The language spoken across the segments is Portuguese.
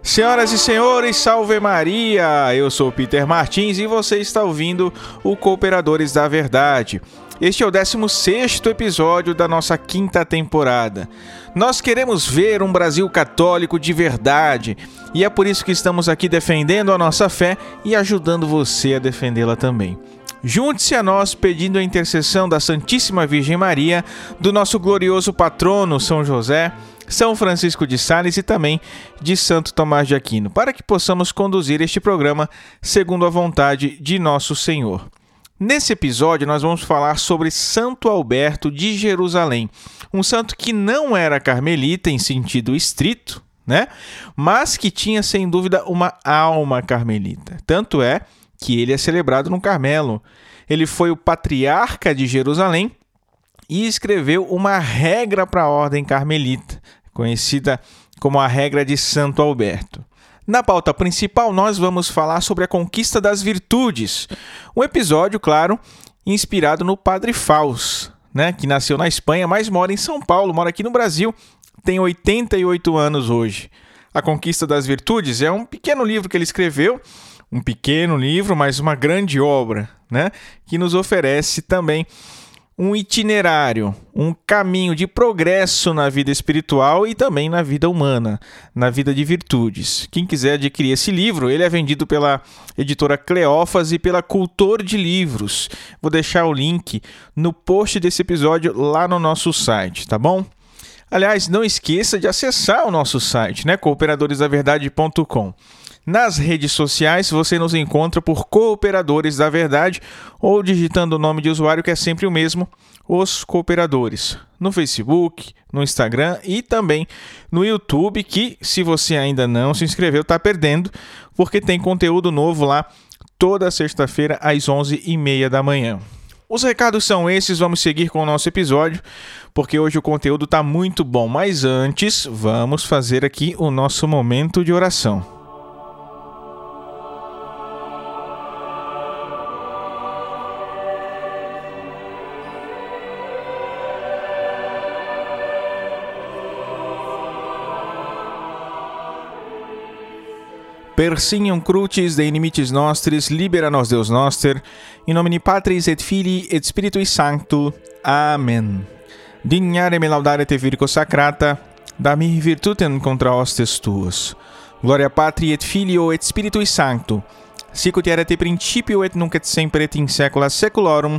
Senhoras e senhores, salve Maria! Eu sou Peter Martins e você está ouvindo o Cooperadores da Verdade. Este é o 16º episódio da nossa 5ª temporada. Nós queremos ver um Brasil católico de verdade e é por isso que estamos aqui defendendo a nossa fé e ajudando você a defendê-la também. Junte-se a nós pedindo a intercessão da Santíssima Virgem Maria, do nosso glorioso patrono São José, São Francisco de Sales e também de Santo Tomás de Aquino, para que possamos conduzir este programa segundo a vontade de nosso Senhor. Nesse episódio, nós vamos falar sobre Santo Alberto de Jerusalém, um santo que não era carmelita em sentido estrito, mas que tinha, sem dúvida, uma alma carmelita. Tanto é que ele é celebrado no Carmelo. Ele foi o patriarca de Jerusalém e escreveu uma regra para a ordem carmelita, conhecida como a regra de Santo Alberto. Na pauta principal, nós vamos falar sobre a conquista das virtudes. Um episódio, claro, inspirado no Padre Faust, que nasceu na Espanha, mas mora em São Paulo, mora aqui no Brasil, tem 88 anos hoje. A Conquista das Virtudes é um pequeno livro que ele escreveu, um pequeno livro, mas uma grande obra, que nos oferece também um itinerário, um caminho de progresso na vida espiritual e também na vida humana, na vida de virtudes. Quem quiser adquirir esse livro, ele é vendido pela editora Cleófas e pela Cultor de Livros. Vou deixar o link no post desse episódio lá no nosso site, tá bom? Aliás, não esqueça de acessar o nosso site, cooperadoresdaverdade.com. Nas redes sociais, você nos encontra por Cooperadores da Verdade ou digitando o nome de usuário que é sempre o mesmo, Os Cooperadores. No Facebook, no Instagram e também no YouTube, que se você ainda não se inscreveu, está perdendo, porque tem conteúdo novo lá toda sexta-feira às 11h30 da manhã. Os recados são esses, vamos seguir com o nosso episódio, porque hoje o conteúdo está muito bom. Mas antes, vamos fazer aqui o nosso momento de oração. Per signum crucis de inimicis nostris, libera nos Deus noster, in nomine Patris et Filii et Spiritui Sancto. Amen. Dignare me laudare te Virgo Sacrata, da mihi virtutem contra hostes tuos. Gloria Patri et Filio et Spiritui Sancto, sic ut erat in principio et nunc et semper et in saecula saeculorum.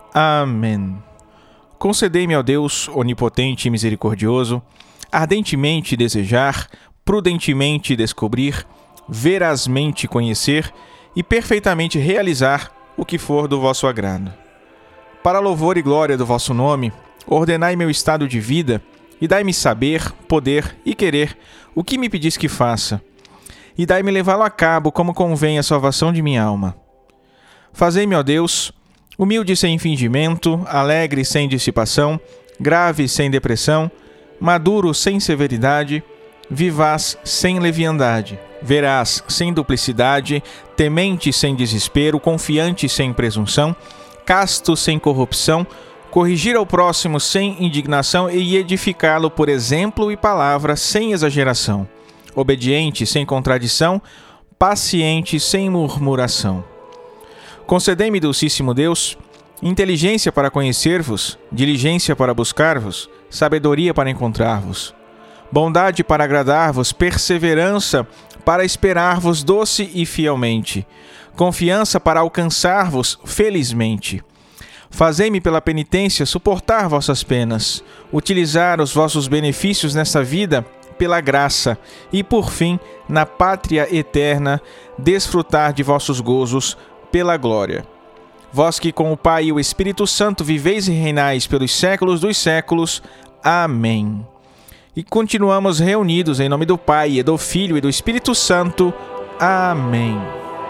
Amen. Concedei-me, ó Deus, onipotente e misericordioso, ardentemente desejar, prudentemente descobrir, verazmente conhecer e perfeitamente realizar o que for do vosso agrado. Para louvor e glória do vosso nome, ordenai meu estado de vida e dai-me saber, poder e querer o que me pedis que faça, e dai-me levá-lo a cabo como convém à salvação de minha alma. Fazei-me, ó Deus, humilde sem fingimento, alegre sem dissipação, grave sem depressão, maduro sem severidade, vivaz sem leviandade, veraz sem duplicidade, temente sem desespero, confiante sem presunção, casto sem corrupção, corrigir ao próximo sem indignação e edificá-lo por exemplo e palavra sem exageração, obediente sem contradição, paciente sem murmuração. Concedei-me, Dulcíssimo Deus, inteligência para conhecer-vos, diligência para buscar-vos, sabedoria para encontrar-vos, bondade para agradar-vos, perseverança para esperar-vos doce e fielmente, confiança para alcançar-vos felizmente. Fazei-me pela penitência suportar vossas penas, utilizar os vossos benefícios nesta vida pela graça e, por fim, na pátria eterna, desfrutar de vossos gozos pela glória. Vós que com o Pai e o Espírito Santo viveis e reinais pelos séculos dos séculos. Amém. E continuamos reunidos em nome do Pai, e do Filho e do Espírito Santo. Amém.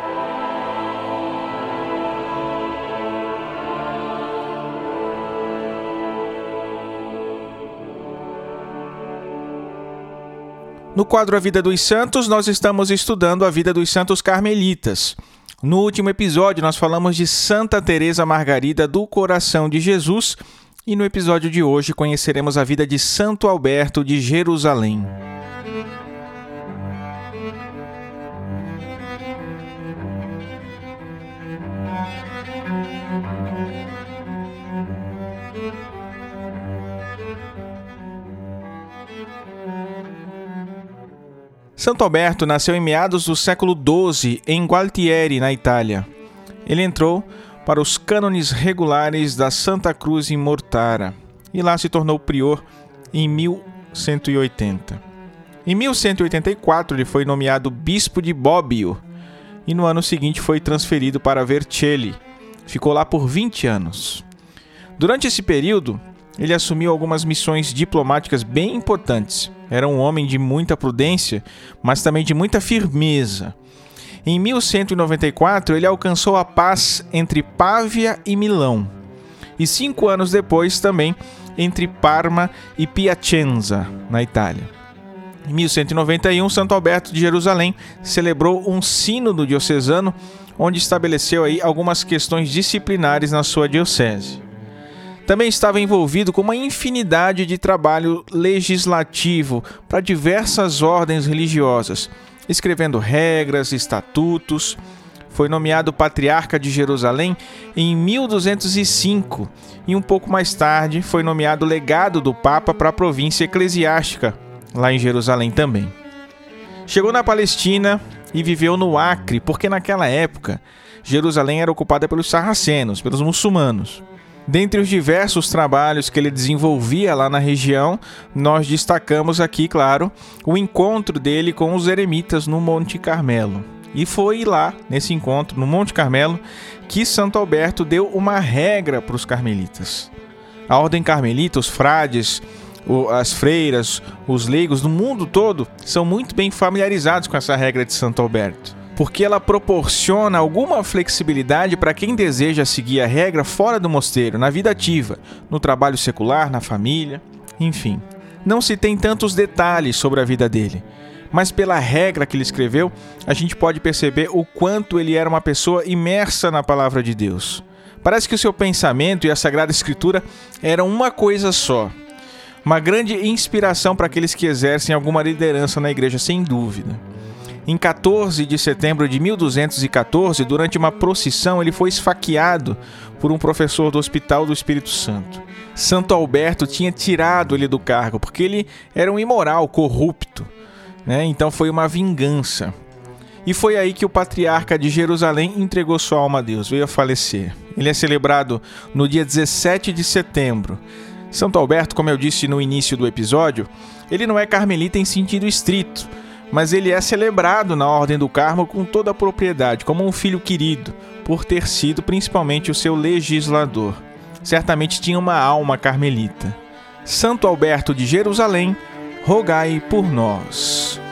No quadro A Vida dos Santos, nós estamos estudando a vida dos santos carmelitas. No último episódio, nós falamos de Santa Teresa Margarida do Coração de Jesus e no episódio de hoje conheceremos a vida de Santo Alberto de Jerusalém. Santo Alberto nasceu em meados do século XII em Gualtieri, na Itália. Ele entrou para os cânones regulares da Santa Cruz em Mortara e lá se tornou prior em 1180. Em 1184 ele foi nomeado bispo de Bobbio e no ano seguinte foi transferido para Vercelli. Ficou lá por 20 anos. Durante esse período, ele assumiu algumas missões diplomáticas bem importantes. Era um homem de muita prudência, mas também de muita firmeza. Em 1194, ele alcançou a paz entre Pávia e Milão. E 5 anos depois, também, entre Parma e Piacenza, na Itália. Em 1191, Santo Alberto de Jerusalém celebrou um sínodo diocesano, onde estabeleceu aí algumas questões disciplinares na sua diocese. Também estava envolvido com uma infinidade de trabalho legislativo para diversas ordens religiosas, escrevendo regras, estatutos. Foi nomeado patriarca de Jerusalém em 1205 e um pouco mais tarde foi nomeado legado do Papa para a província eclesiástica, lá em Jerusalém também. Chegou na Palestina e viveu no Acre, porque naquela época Jerusalém era ocupada pelos sarracenos, pelos muçulmanos. Dentre os diversos trabalhos que ele desenvolvia lá na região, nós destacamos aqui, claro, o encontro dele com os eremitas no Monte Carmelo. E foi lá, nesse encontro, no Monte Carmelo, que Santo Alberto deu uma regra para os carmelitas. A ordem carmelita, os frades, as freiras, os leigos do mundo todo são muito bem familiarizados com essa regra de Santo Alberto, porque ela proporciona alguma flexibilidade para quem deseja seguir a regra fora do mosteiro, na vida ativa, no trabalho secular, na família, enfim. Não se tem tantos detalhes sobre a vida dele, mas pela regra que ele escreveu, a gente pode perceber o quanto ele era uma pessoa imersa na palavra de Deus. Parece que o seu pensamento e a Sagrada Escritura eram uma coisa só. Uma grande inspiração para aqueles que exercem alguma liderança na igreja, sem dúvida. Em 14 de setembro de 1214, durante uma procissão, ele foi esfaqueado por um professor do Hospital do Espírito Santo. Santo Alberto tinha tirado ele do cargo, porque ele era um imoral, corrupto, né? Então foi uma vingança. E foi aí que o patriarca de Jerusalém entregou sua alma a Deus, veio a falecer. Ele é celebrado no dia 17 de setembro. Santo Alberto, como eu disse no início do episódio, ele não é carmelita em sentido estrito, mas ele é celebrado na Ordem do Carmo com toda a propriedade, como um filho querido, por ter sido principalmente o seu legislador. Certamente tinha uma alma carmelita. Santo Alberto de Jerusalém, rogai por nós.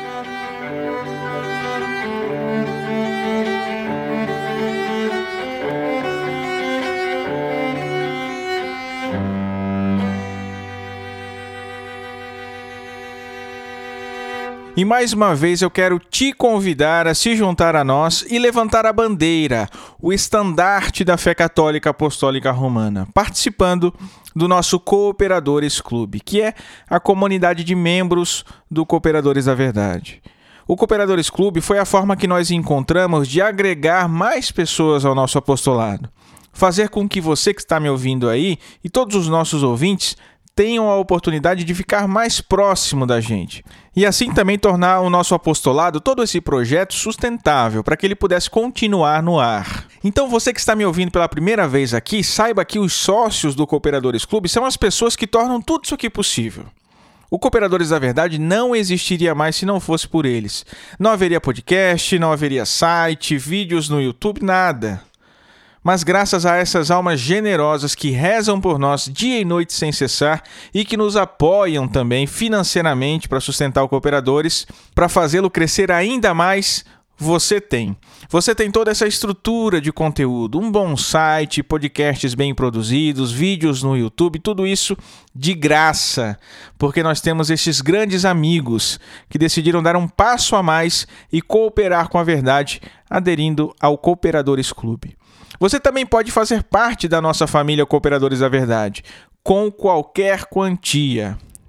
E mais uma vez eu quero te convidar a se juntar a nós e levantar a bandeira, o estandarte da fé católica apostólica romana, participando do nosso Cooperadores Clube, que é a comunidade de membros do Cooperadores da Verdade. O Cooperadores Clube foi a forma que nós encontramos de agregar mais pessoas ao nosso apostolado, fazer com que você que está me ouvindo aí e todos os nossos ouvintes tenham a oportunidade de ficar mais próximo da gente. E assim também tornar o nosso apostolado, todo esse projeto, sustentável, para que ele pudesse continuar no ar. Então você que está me ouvindo pela primeira vez aqui, saiba que os sócios do Cooperadores Clube são as pessoas que tornam tudo isso aqui possível. O Cooperadores da Verdade não existiria mais se não fosse por eles. Não haveria podcast, não haveria site, vídeos no YouTube, nada. Mas graças a essas almas generosas que rezam por nós dia e noite sem cessar e que nos apoiam também financeiramente para sustentar o Cooperadores, para fazê-lo crescer ainda mais, você tem. Você tem toda essa estrutura de conteúdo, um bom site, podcasts bem produzidos, vídeos no YouTube, tudo isso de graça, porque nós temos esses grandes amigos que decidiram dar um passo a mais e cooperar com a verdade, aderindo ao Cooperadores Clube. Você também pode fazer parte da nossa família Cooperadores da Verdade, com qualquer quantia.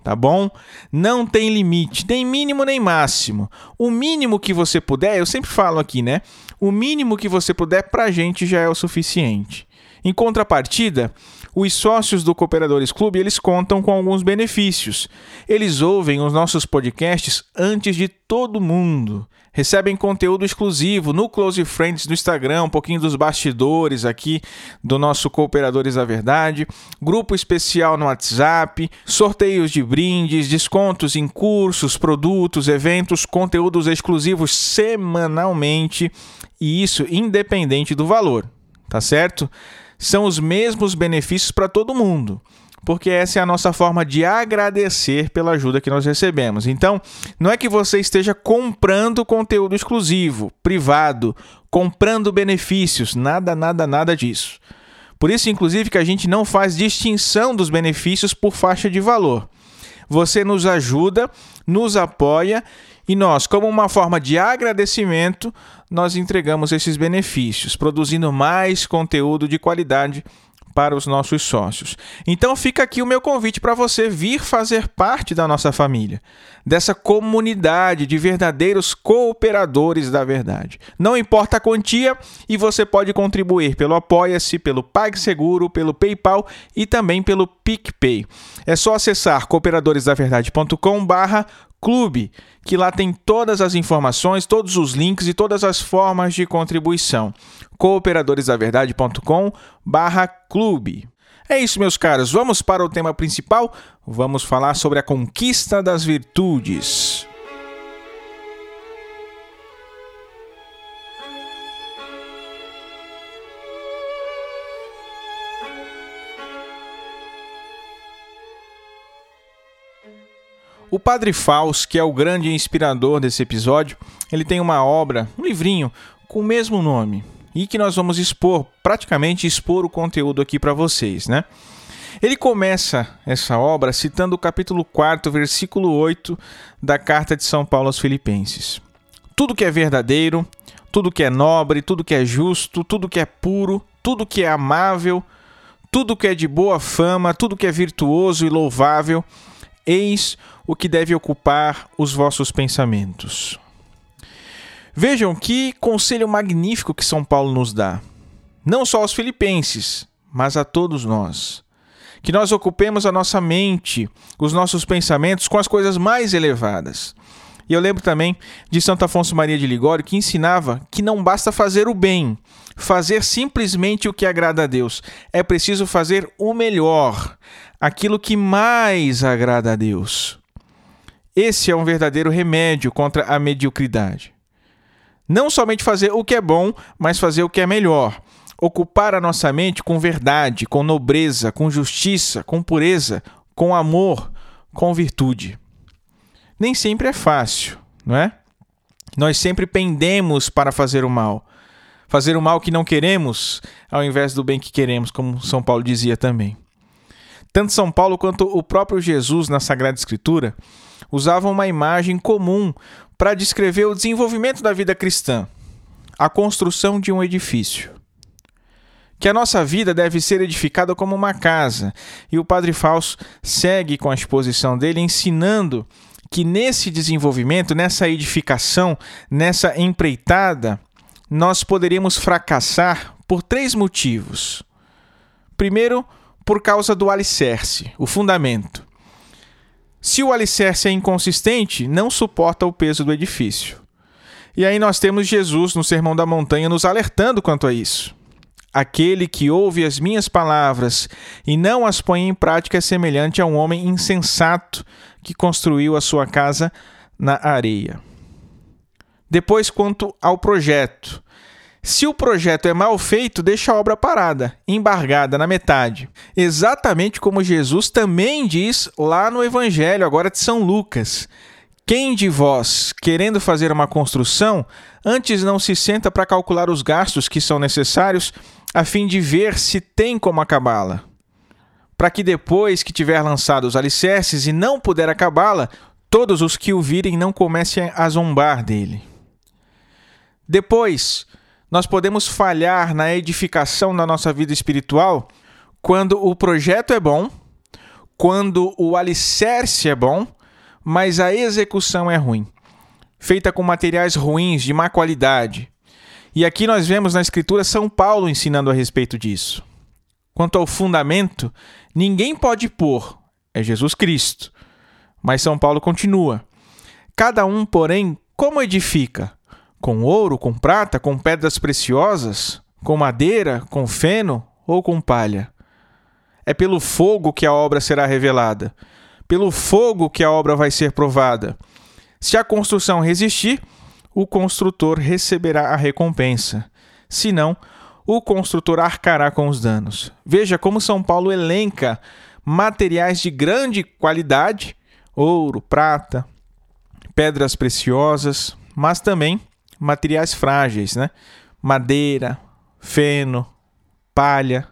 tá bom? Não tem limite, nem mínimo nem máximo. O mínimo que você puder, eu sempre falo aqui, né? O mínimo que você puder pra gente já é o suficiente. Em contrapartida, os sócios do Cooperadores Clube, eles contam com alguns benefícios. Eles ouvem os nossos podcasts antes de todo mundo. Recebem conteúdo exclusivo no Close Friends do Instagram, um pouquinho dos bastidores aqui do nosso Cooperadores da Verdade, grupo especial no WhatsApp, sorteios de brindes, descontos em cursos, produtos, eventos, conteúdos exclusivos semanalmente, e isso independente do valor, tá certo? São os mesmos benefícios para todo mundo, porque essa é a nossa forma de agradecer pela ajuda que nós recebemos. Então, não é que você esteja comprando conteúdo exclusivo, privado, comprando benefícios, nada disso. Por isso, inclusive, que a gente não faz distinção dos benefícios por faixa de valor. Você nos ajuda, nos apoia e nós, como uma forma de agradecimento, nós entregamos esses benefícios, produzindo mais conteúdo de qualidade para os nossos sócios. Então fica aqui o meu convite para você vir fazer parte da nossa família, dessa comunidade de verdadeiros cooperadores da verdade. Não importa a quantia, e você pode contribuir pelo Apoia-se, pelo PagSeguro, pelo PayPal e também pelo PicPay. É só acessar cooperadoresdaverdade.com/clube, que lá tem todas as informações, todos os links e todas as formas de contribuição. cooperadoresdaverdade.com/clube. É isso, meus caros. Vamos para o tema principal? Vamos falar sobre a conquista das virtudes. O Padre Fausto, que é o grande inspirador desse episódio, ele tem uma obra, um livrinho, com o mesmo nome, e que nós vamos praticamente expor o conteúdo aqui para vocês, né? Ele começa essa obra citando o capítulo 4, versículo 8 da Carta de São Paulo aos Filipenses. Tudo que é verdadeiro, tudo que é nobre, tudo que é justo, tudo que é puro, tudo que é amável, tudo que é de boa fama, tudo que é virtuoso e louvável, eis o que deve ocupar os vossos pensamentos. Vejam que conselho magnífico que São Paulo nos dá. Não só aos filipenses, mas a todos nós. Que nós ocupemos a nossa mente, os nossos pensamentos com as coisas mais elevadas. E eu lembro também de Santo Afonso Maria de Ligório, que ensinava que não basta fazer o bem, fazer simplesmente o que agrada a Deus. É preciso fazer o melhor, aquilo que mais agrada a Deus. Esse é um verdadeiro remédio contra a mediocridade. Não somente fazer o que é bom, mas fazer o que é melhor. Ocupar a nossa mente com verdade, com nobreza, com justiça, com pureza, com amor, com virtude. Nem sempre é fácil, não é? Nós sempre pendemos para fazer o mal. Fazer o mal que não queremos, ao invés do bem que queremos, como São Paulo dizia também. Tanto São Paulo quanto o próprio Jesus, na Sagrada Escritura, usavam uma imagem comum para descrever o desenvolvimento da vida cristã, a construção de um edifício. Que a nossa vida deve ser edificada como uma casa, e o Padre Fausto segue com a exposição dele, ensinando que nesse desenvolvimento, nessa edificação, nessa empreitada, nós poderíamos fracassar por 3 motivos. Primeiro, por causa do alicerce, o fundamento. Se o alicerce é inconsistente, não suporta o peso do edifício. E aí nós temos Jesus no Sermão da Montanha nos alertando quanto a isso. Aquele que ouve as minhas palavras e não as põe em prática é semelhante a um homem insensato que construiu a sua casa na areia. Depois, quanto ao projeto. Se o projeto é mal feito, deixa a obra parada, embargada na metade. Exatamente como Jesus também diz lá no Evangelho, agora de São Lucas. Quem de vós, querendo fazer uma construção, antes não se senta para calcular os gastos que são necessários, a fim de ver se tem como acabá-la? Para que depois que tiver lançado os alicerces e não puder acabá-la, todos os que o virem não comecem a zombar dele. Depois, nós podemos falhar na edificação da nossa vida espiritual quando o projeto é bom, quando o alicerce é bom, mas a execução é ruim, feita com materiais ruins, de má qualidade. E aqui nós vemos na Escritura São Paulo ensinando a respeito disso. Quanto ao fundamento, ninguém pode pôr, é Jesus Cristo. Mas São Paulo continua. Cada um, porém, como edifica? Com ouro, com prata, com pedras preciosas, com madeira, com feno ou com palha? É pelo fogo que a obra será revelada. Pelo fogo que a obra vai ser provada. Se a construção resistir, o construtor receberá a recompensa. Se não, o construtor arcará com os danos. Veja como São Paulo elenca materiais de grande qualidade, ouro, prata, pedras preciosas, mas também materiais frágeis, né? Madeira, feno, palha.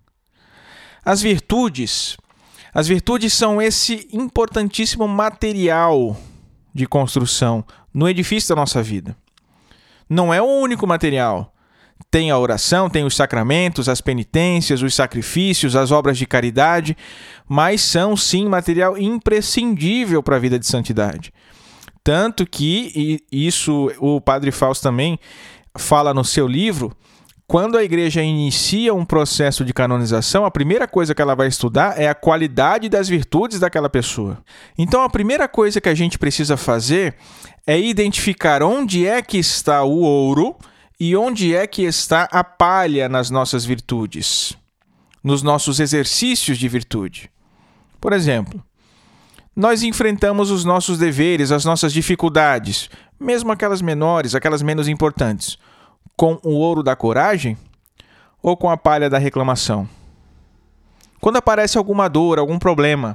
As virtudes são esse importantíssimo material de construção no edifício da nossa vida. Não é o único material. Tem a oração, tem os sacramentos, as penitências, os sacrifícios, as obras de caridade, mas são sim material imprescindível para a vida de santidade. Tanto que, e isso o Padre Fausto também fala no seu livro, quando a igreja inicia um processo de canonização, a primeira coisa que ela vai estudar é a qualidade das virtudes daquela pessoa. Então, a primeira coisa que a gente precisa fazer é identificar onde é que está o ouro e onde é que está a palha nas nossas virtudes, nos nossos exercícios de virtude. Por exemplo, nós enfrentamos os nossos deveres, as nossas dificuldades, mesmo aquelas menores, aquelas menos importantes, com o ouro da coragem ou com a palha da reclamação? Quando aparece alguma dor, algum problema,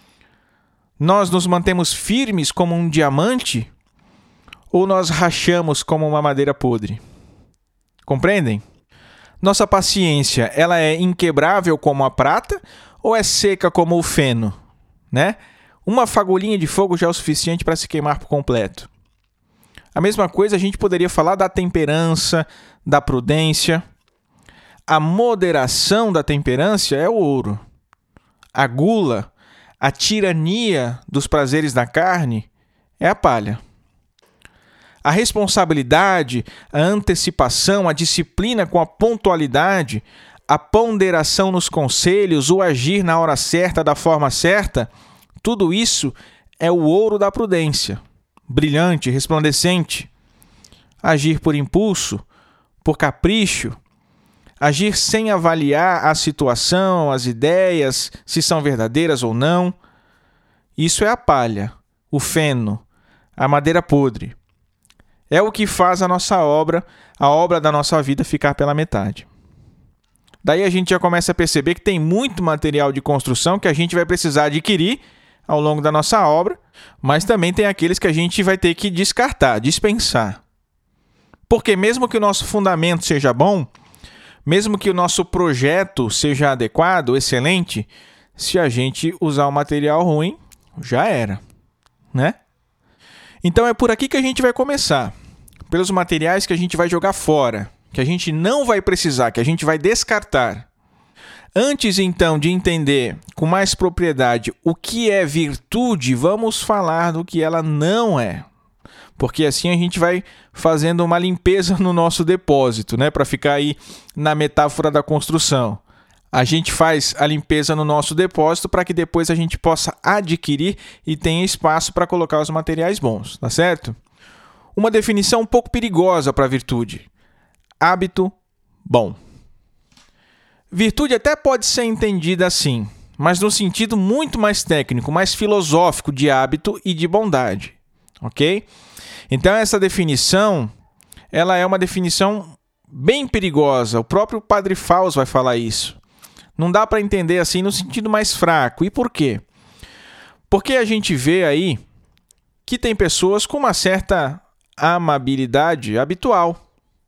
nós nos mantemos firmes como um diamante ou nós rachamos como uma madeira podre? Compreendem? Nossa paciência, ela é inquebrável como a prata ou é seca como o feno, né? Uma fagulhinha de fogo já é o suficiente para se queimar por completo. A mesma coisa a gente poderia falar da temperança, da prudência. A moderação da temperança é o ouro. A gula, a tirania dos prazeres da carne é a palha. A responsabilidade, a antecipação, a disciplina com a pontualidade, a ponderação nos conselhos, o agir na hora certa, da forma certa, tudo isso é o ouro da prudência. Brilhante, resplandecente. Agir por impulso, por capricho, agir sem avaliar a situação, as ideias, se são verdadeiras ou não. Isso é a palha, o feno, a madeira podre. É o que faz a nossa obra, a obra da nossa vida ficar pela metade. Daí a gente já começa a perceber que tem muito material de construção que a gente vai precisar adquirir ao longo da nossa obra, mas também tem aqueles que a gente vai ter que descartar, dispensar. Porque mesmo que o nosso fundamento seja bom, mesmo que o nosso projeto seja adequado, excelente, se a gente usar um material ruim, já era, né? Então é por aqui que a gente vai começar, pelos materiais que a gente vai jogar fora, que a gente não vai precisar, que a gente vai descartar. Antes, então, de entender com mais propriedade o que é virtude, vamos falar do que ela não é. Porque assim a gente vai fazendo uma limpeza no nosso depósito, né? Para ficar aí na metáfora da construção. A gente faz a limpeza no nosso depósito para que depois a gente possa adquirir e tenha espaço para colocar os materiais bons, tá certo? Uma definição um pouco perigosa para a virtude. Hábito bom. Virtude até pode ser entendida assim, mas no sentido muito mais técnico, mais filosófico de hábito e de bondade, ok? Então essa definição, ela é uma definição bem perigosa. O próprio Padre Fausto vai falar isso. Não dá para entender assim no sentido mais fraco. E por quê? Porque a gente vê aí que tem pessoas com uma certa amabilidade habitual.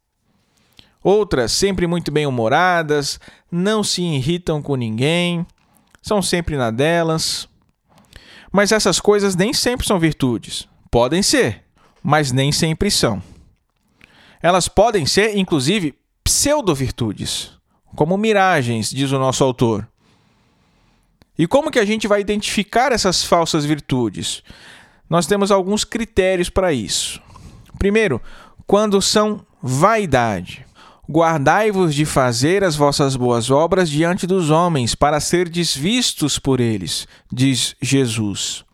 Outras sempre muito bem-humoradas, não se irritam com ninguém, são sempre na delas. Mas essas coisas nem sempre são virtudes. Podem ser, mas nem sempre são. Elas podem ser, inclusive, pseudo-virtudes, como miragens, diz o nosso autor. E como que a gente vai identificar essas falsas virtudes? Nós temos alguns critérios para isso. Primeiro, quando são vaidade. Guardai-vos de fazer as vossas boas obras diante dos homens, para serdes vistos por eles, diz Jesus.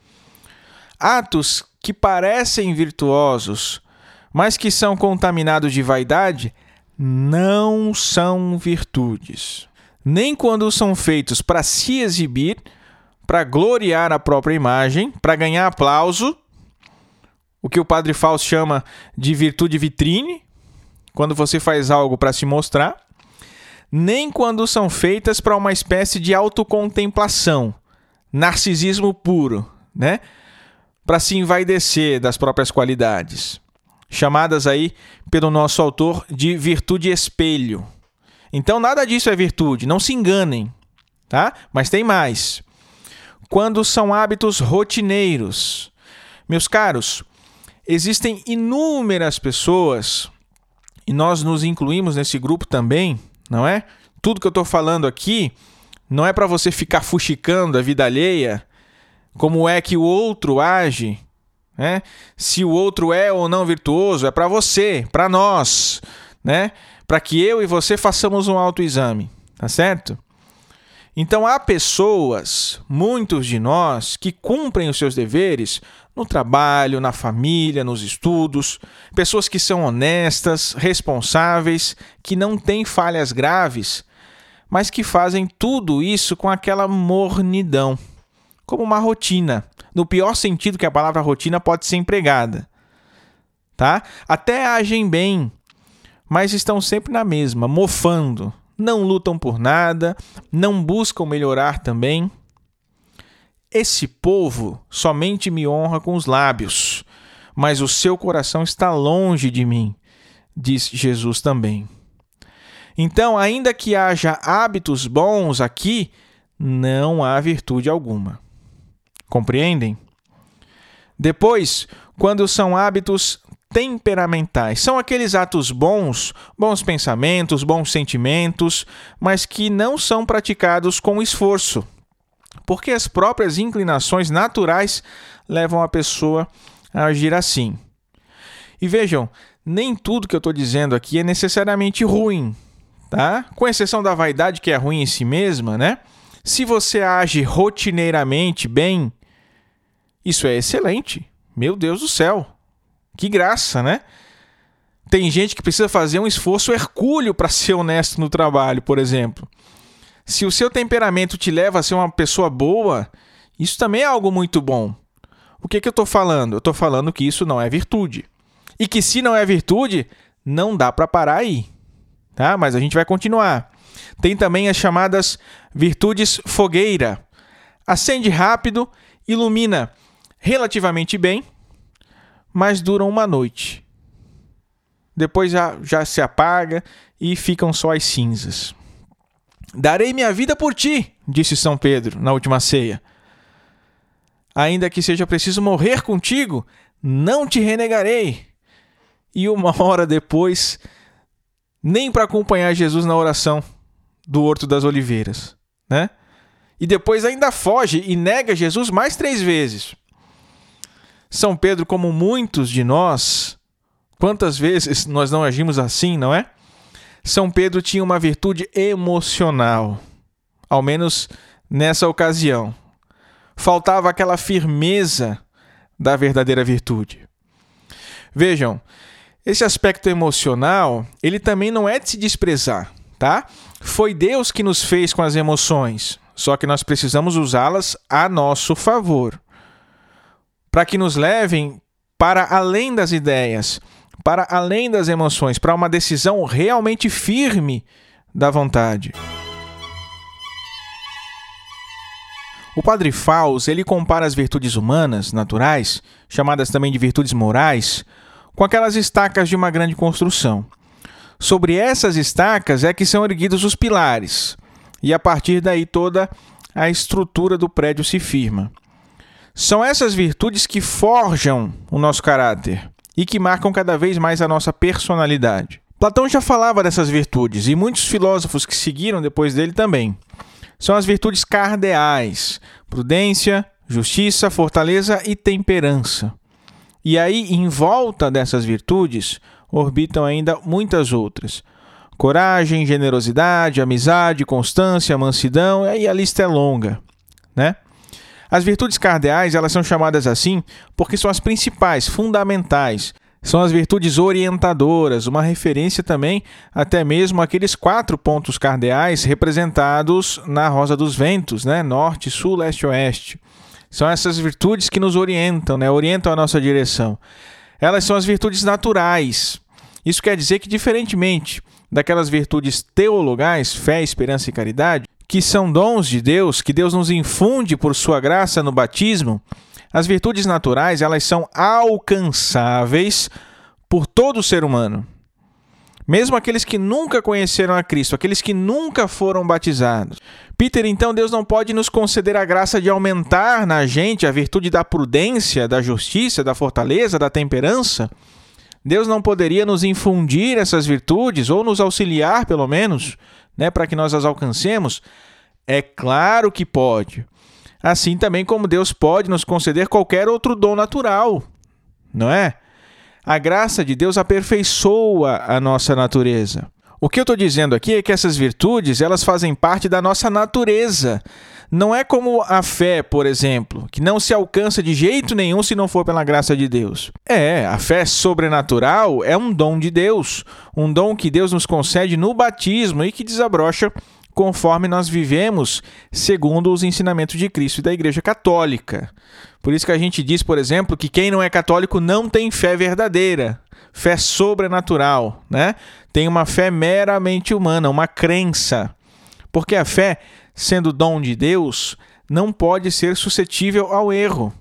Atos que parecem virtuosos, mas que são contaminados de vaidade, não são virtudes. Nem quando são feitos para se exibir, para gloriar a própria imagem, para ganhar aplauso, o que o Padre Fausto chama de virtude vitrine, quando você faz algo para se mostrar, nem quando são feitas para uma espécie de autocontemplação, narcisismo puro, né? Para se envaidecer das próprias qualidades, chamadas aí pelo nosso autor de virtude espelho. Então nada disso é virtude, não se enganem, tá? Mas tem mais. Quando são hábitos rotineiros. Meus caros, existem inúmeras pessoas, e nós nos incluímos nesse grupo também, não é? Tudo que eu estou falando aqui não é para você ficar fuxicando a vida alheia, como é que o outro age, né? Se o outro é ou não virtuoso, é para você, para nós, né? Para que eu e você façamos um autoexame, tá certo? Então há pessoas, muitos de nós, que cumprem os seus deveres no trabalho, na família, nos estudos, pessoas que são honestas, responsáveis, que não têm falhas graves, mas que fazem tudo isso com aquela mornidão, como uma rotina, no pior sentido que a palavra rotina pode ser empregada, tá? Até agem bem, mas estão sempre na mesma, mofando, não lutam por nada, não buscam melhorar também. Esse povo somente me honra com os lábios, mas o seu coração está longe de mim, diz Jesus também. Então, ainda que haja hábitos bons aqui, não há virtude alguma. Compreendem? Depois, quando são hábitos temperamentais, são aqueles atos bons, bons pensamentos, bons sentimentos, mas que não são praticados com esforço, porque as próprias inclinações naturais levam a pessoa a agir assim. E vejam, nem tudo que eu estou dizendo aqui é necessariamente ruim, tá? Com exceção da vaidade, que é ruim em si mesma, né? Se você age rotineiramente bem, isso é excelente. Meu Deus do céu! Que graça, né? Tem gente que precisa fazer um esforço hercúleo para ser honesto no trabalho, por exemplo. Se o seu temperamento te leva a ser uma pessoa boa, isso também é algo muito bom. O que eu estou falando? Eu estou falando que isso não é virtude. E que se não é virtude, não dá para parar aí. Tá? Mas a gente vai continuar. Tem também as chamadas virtudes fogueira. Acende rápido, ilumina relativamente bem, mas duram uma noite. Depois já se apaga e ficam só as cinzas. Darei minha vida por ti, disse São Pedro na última ceia. Ainda que seja preciso morrer contigo, não te renegarei. E uma hora depois, nem para acompanhar Jesus na oração do Horto das Oliveiras, né? E depois ainda foge e nega Jesus mais 3 vezes. São Pedro, como muitos de nós, quantas vezes nós não agimos assim, não é? São Pedro tinha uma virtude emocional, ao menos nessa ocasião. Faltava aquela firmeza da verdadeira virtude. Vejam, esse aspecto emocional, ele também não é de se desprezar, tá? Foi Deus que nos fez com as emoções, só que nós precisamos usá-las a nosso favor, para que nos levem para além das ideias, para além das emoções, para uma decisão realmente firme da vontade. O Padre Fausto, ele compara as virtudes humanas, naturais, chamadas também de virtudes morais, com aquelas estacas de uma grande construção. Sobre essas estacas é que são erguidos os pilares, e a partir daí toda a estrutura do prédio se firma. São essas virtudes que forjam o nosso caráter e que marcam cada vez mais a nossa personalidade. Platão já falava dessas virtudes e muitos filósofos que seguiram depois dele também. são as virtudes cardeais: prudência, justiça, fortaleza e temperança. E aí, em volta dessas virtudes, orbitam ainda muitas outras: coragem, generosidade, amizade, constância, mansidão, e aí a lista é longa, né? As virtudes cardeais, elas são chamadas assim porque são as principais, fundamentais. São as virtudes orientadoras, uma referência também até mesmo àqueles 4 pontos cardeais representados na Rosa dos Ventos, né? Norte, Sul, Leste e Oeste. São essas virtudes que nos orientam, né? Orientam a nossa direção. Elas são as virtudes naturais. Isso quer dizer que, diferentemente daquelas virtudes teologais, fé, esperança e caridade, que são dons de Deus, que Deus nos infunde por sua graça no batismo, as virtudes naturais, elas são alcançáveis por todo ser humano. Mesmo aqueles que nunca conheceram a Cristo, aqueles que nunca foram batizados. Peter, então Deus não pode nos conceder a graça de aumentar na gente a virtude da prudência, da justiça, da fortaleza, da temperança? Deus não poderia nos infundir essas virtudes, ou nos auxiliar, pelo menos, né, para que nós as alcancemos? É claro que pode. Assim também como Deus pode nos conceder qualquer outro dom natural, não é? A graça de Deus aperfeiçoa a nossa natureza. O que eu estou dizendo aqui é que essas virtudes, elas fazem parte da nossa natureza. Não é como a fé, por exemplo, que não se alcança de jeito nenhum se não for pela graça de Deus. A fé sobrenatural é um dom de Deus, um dom que Deus nos concede no batismo e que desabrocha conforme nós vivemos segundo os ensinamentos de Cristo e da Igreja Católica. Por isso que a gente diz, por exemplo, que quem não é católico não tem fé verdadeira, fé sobrenatural, né? Tem uma fé meramente humana, uma crença. Porque a fé, sendo dom de Deus, não pode ser suscetível ao erro.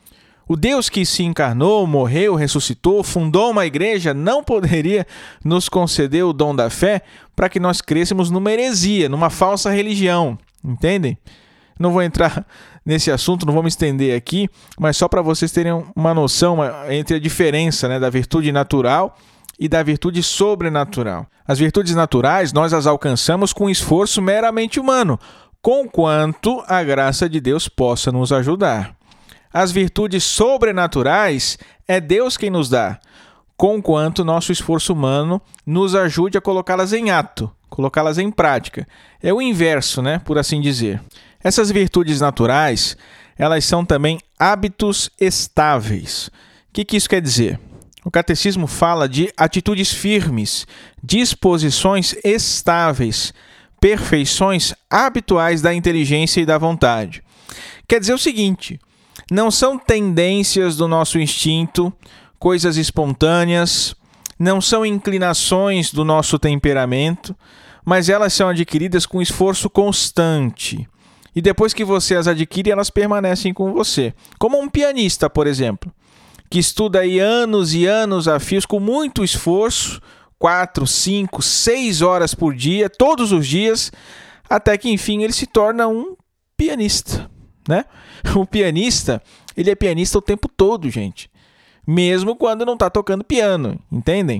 O Deus que se encarnou, morreu, ressuscitou, fundou uma igreja, não poderia nos conceder o dom da fé para que nós crescêssemos numa heresia, numa falsa religião. Entendem? Não vou entrar nesse assunto, não vou me estender aqui, mas só para vocês terem uma noção entre a diferença, né, da virtude natural e da virtude sobrenatural. As virtudes naturais nós as alcançamos com esforço meramente humano, conquanto a graça de Deus possa nos ajudar. As virtudes sobrenaturais é Deus quem nos dá, conquanto nosso esforço humano nos ajude a colocá-las em ato, colocá-las em prática. É o inverso, né, por assim dizer. Essas virtudes naturais, elas são também hábitos estáveis. O que isso quer dizer? O catecismo fala de atitudes firmes, disposições estáveis, perfeições habituais da inteligência e da vontade. Quer dizer o seguinte: não são tendências do nosso instinto, coisas espontâneas, não são inclinações do nosso temperamento, mas elas são adquiridas com esforço constante. E depois que você as adquire, elas permanecem com você. Como um pianista, por exemplo, que estuda aí anos e anos a fios com muito esforço, 4, 5, 6 horas por dia, todos os dias, até que enfim ele se torna um pianista, né? O pianista, ele é pianista o tempo todo, gente. Mesmo quando não está tocando piano, entendem?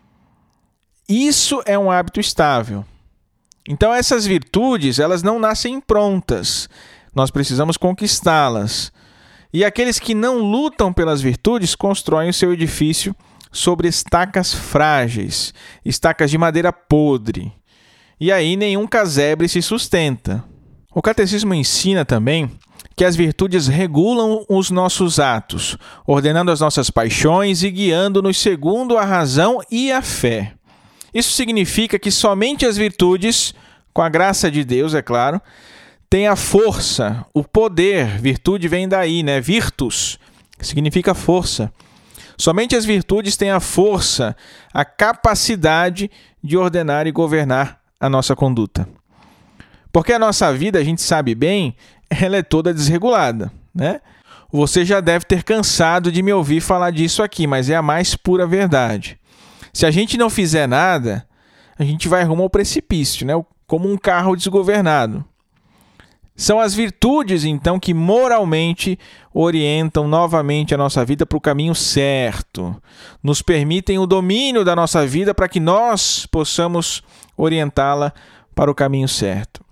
Isso é um hábito estável. Então essas virtudes, elas não nascem prontas. Nós precisamos conquistá-las. E aqueles que não lutam pelas virtudes constroem o seu edifício sobre estacas frágeis, estacas de madeira podre. E aí nenhum casebre se sustenta. O catecismo ensina também que as virtudes regulam os nossos atos, ordenando as nossas paixões e guiando-nos segundo a razão e a fé. Isso significa que somente as virtudes, com a graça de Deus, é claro, têm a força, o poder. Virtude vem daí, né? Virtus significa força. Somente as virtudes têm a força, a capacidade de ordenar e governar a nossa conduta. Porque a nossa vida, a gente sabe bem, ela é toda desregulada, né? Você já deve ter cansado de me ouvir falar disso aqui, mas é a mais pura verdade. Se a gente não fizer nada, a gente vai rumo ao precipício, né? Como um carro desgovernado. São as virtudes, então, que moralmente orientam novamente a nossa vida para o caminho certo. Nos permitem o domínio da nossa vida para que nós possamos orientá-la para o caminho certo.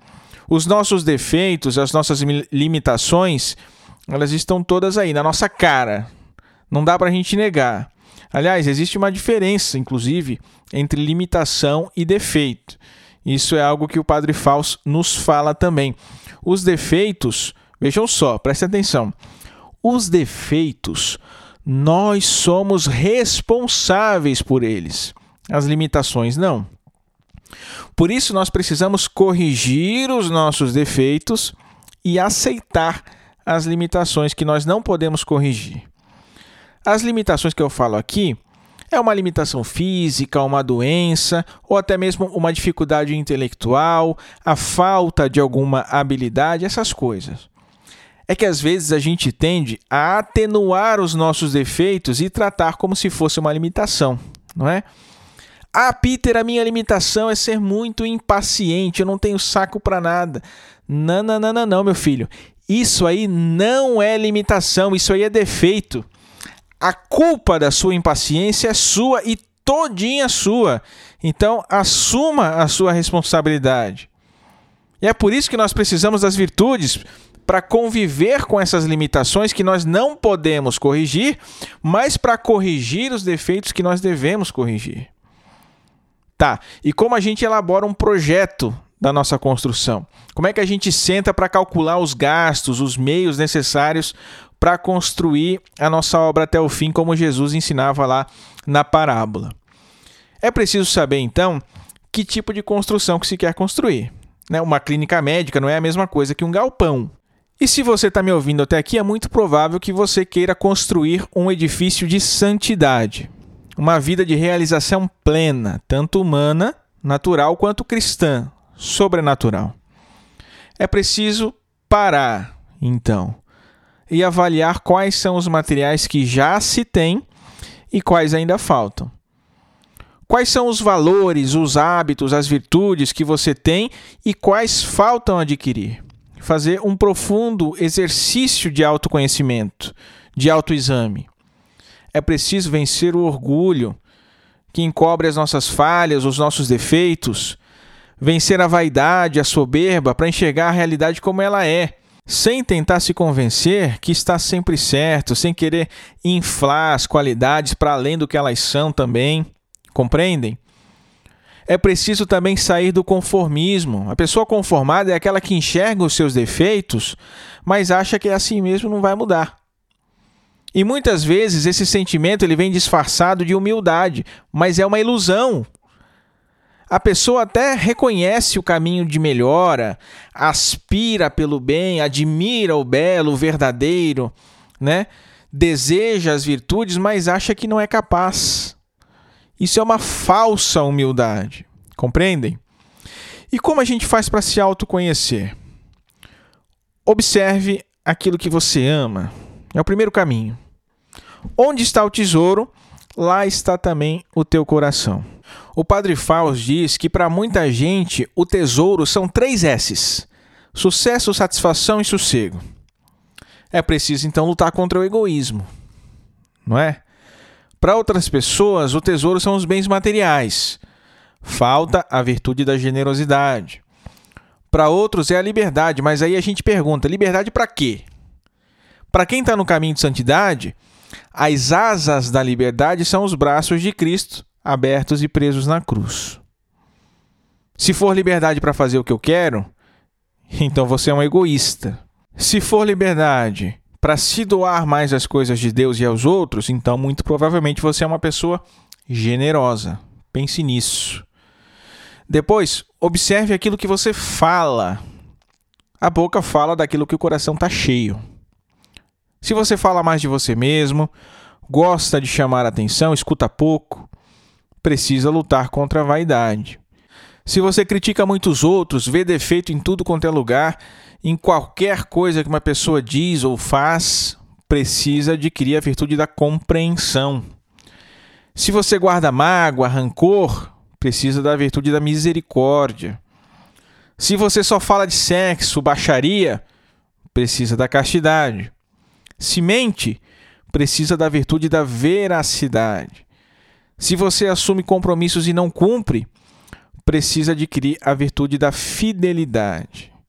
Os nossos defeitos, as nossas limitações, elas estão todas aí, na nossa cara. Não dá para a gente negar. Aliás, existe uma diferença, inclusive, entre limitação e defeito. Isso é algo que o Padre Fausto nos fala também. Os defeitos, vejam só, prestem atenção. Os defeitos, nós somos responsáveis por eles. As limitações, não. Por isso, nós precisamos corrigir os nossos defeitos e aceitar as limitações que nós não podemos corrigir. As limitações que eu falo aqui é uma limitação física, uma doença, ou até mesmo uma dificuldade intelectual, a falta de alguma habilidade, essas coisas. É que às vezes a gente tende a atenuar os nossos defeitos e tratar como se fosse uma limitação, não é? Ah, Peter, a minha limitação é ser muito impaciente, eu não tenho saco para nada. Não, meu filho. Isso aí não é limitação, isso aí é defeito. A culpa da sua impaciência é sua e todinha sua. Então, assuma a sua responsabilidade. E é por isso que nós precisamos das virtudes para conviver com essas limitações que nós não podemos corrigir, mas para corrigir os defeitos que nós devemos corrigir. Tá, e como a gente elabora um projeto da nossa construção? Como é que a gente senta para calcular os gastos, os meios necessários para construir a nossa obra até o fim, como Jesus ensinava lá na parábola? É preciso saber, então, que tipo de construção que se quer construir. Uma clínica médica não é a mesma coisa que um galpão. E se você está me ouvindo até aqui, é muito provável que você queira construir um edifício de santidade. Uma vida de realização plena, tanto humana, natural, quanto cristã, sobrenatural. É preciso parar, então, e avaliar quais são os materiais que já se tem e quais ainda faltam. Quais são os valores, os hábitos, as virtudes que você tem e quais faltam adquirir. Fazer um profundo exercício de autoconhecimento, de autoexame. É preciso vencer o orgulho que encobre as nossas falhas, os nossos defeitos, vencer a vaidade, a soberba, para enxergar a realidade como ela é, sem tentar se convencer que está sempre certo, sem querer inflar as qualidades para além do que elas são também. Compreendem? É preciso também sair do conformismo. A pessoa conformada é aquela que enxerga os seus defeitos, mas acha que é assim mesmo, não vai mudar. E muitas vezes esse sentimento ele vem disfarçado de humildade, mas é uma ilusão. A pessoa até reconhece o caminho de melhora, aspira pelo bem, admira o belo, o verdadeiro, deseja as virtudes, mas acha que não é capaz. Isso é uma falsa humildade, compreendem? E como a gente faz para se autoconhecer? Observe aquilo que você ama. É o primeiro caminho. Onde está o tesouro, lá está também o teu coração. O Padre Fausto diz que para muita gente o tesouro são 3 S's: sucesso, satisfação e sossego. É preciso então lutar contra o egoísmo, não é? Para outras pessoas, o tesouro são os bens materiais. Falta a virtude da generosidade. Para outros é a liberdade, mas aí a gente pergunta, liberdade para quê? Para quem está no caminho de santidade, as asas da liberdade são os braços de Cristo, abertos e presos na cruz. Se for liberdade para fazer o que eu quero, então você é um egoísta. Se for liberdade para se doar mais às coisas de Deus e aos outros, então muito provavelmente você é uma pessoa generosa. Pense nisso. Depois, observe aquilo que você fala. A boca fala daquilo que o coração está cheio. Se você fala mais de você mesmo, gosta de chamar a atenção, escuta pouco, precisa lutar contra a vaidade. Se você critica muitos outros, vê defeito em tudo quanto é lugar, em qualquer coisa que uma pessoa diz ou faz, precisa adquirir a virtude da compreensão. Se você guarda mágoa, rancor, precisa da virtude da misericórdia. Se você só fala de sexo, baixaria, precisa da castidade. Se mente, precisa da virtude da veracidade. Se você assume compromissos e não cumpre, precisa adquirir a virtude da fidelidade.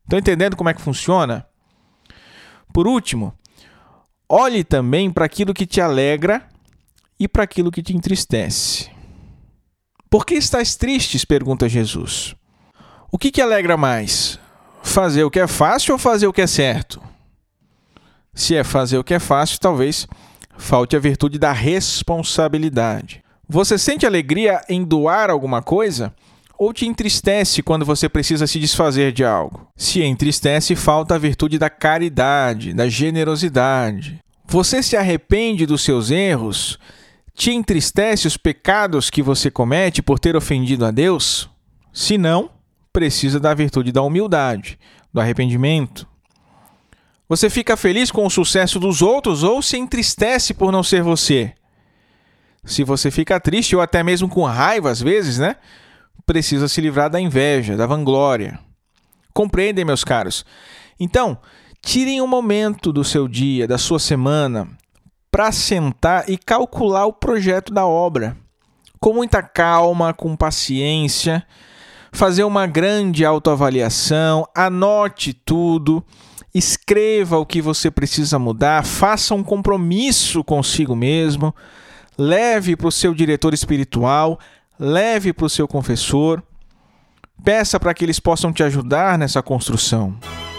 Estão entendendo como é que funciona? Por último, olhe também para aquilo que te alegra e para aquilo que te entristece. Por que estás tristes? Pergunta Jesus. O que alegra mais? Fazer o que é fácil ou fazer o que é certo? Se é fazer o que é fácil, talvez falte a virtude da responsabilidade. Você sente alegria em doar alguma coisa? Ou te entristece quando você precisa se desfazer de algo? Se entristece, falta a virtude da caridade, da generosidade. Você se arrepende dos seus erros? Te entristece os pecados que você comete por ter ofendido a Deus? Se não, precisa da virtude da humildade, do arrependimento. Você fica feliz com o sucesso dos outros ou se entristece por não ser você? Se você fica triste ou até mesmo com raiva às vezes, precisa se livrar da inveja, da vanglória. Compreendem, meus caros? Então, tirem um momento do seu dia, da sua semana, para sentar e calcular o projeto da obra. Com muita calma, com paciência, fazer uma grande autoavaliação, anote tudo, escreva o que você precisa mudar, faça um compromisso consigo mesmo, leve para o seu diretor espiritual, leve para o seu confessor, peça para que eles possam te ajudar nessa construção.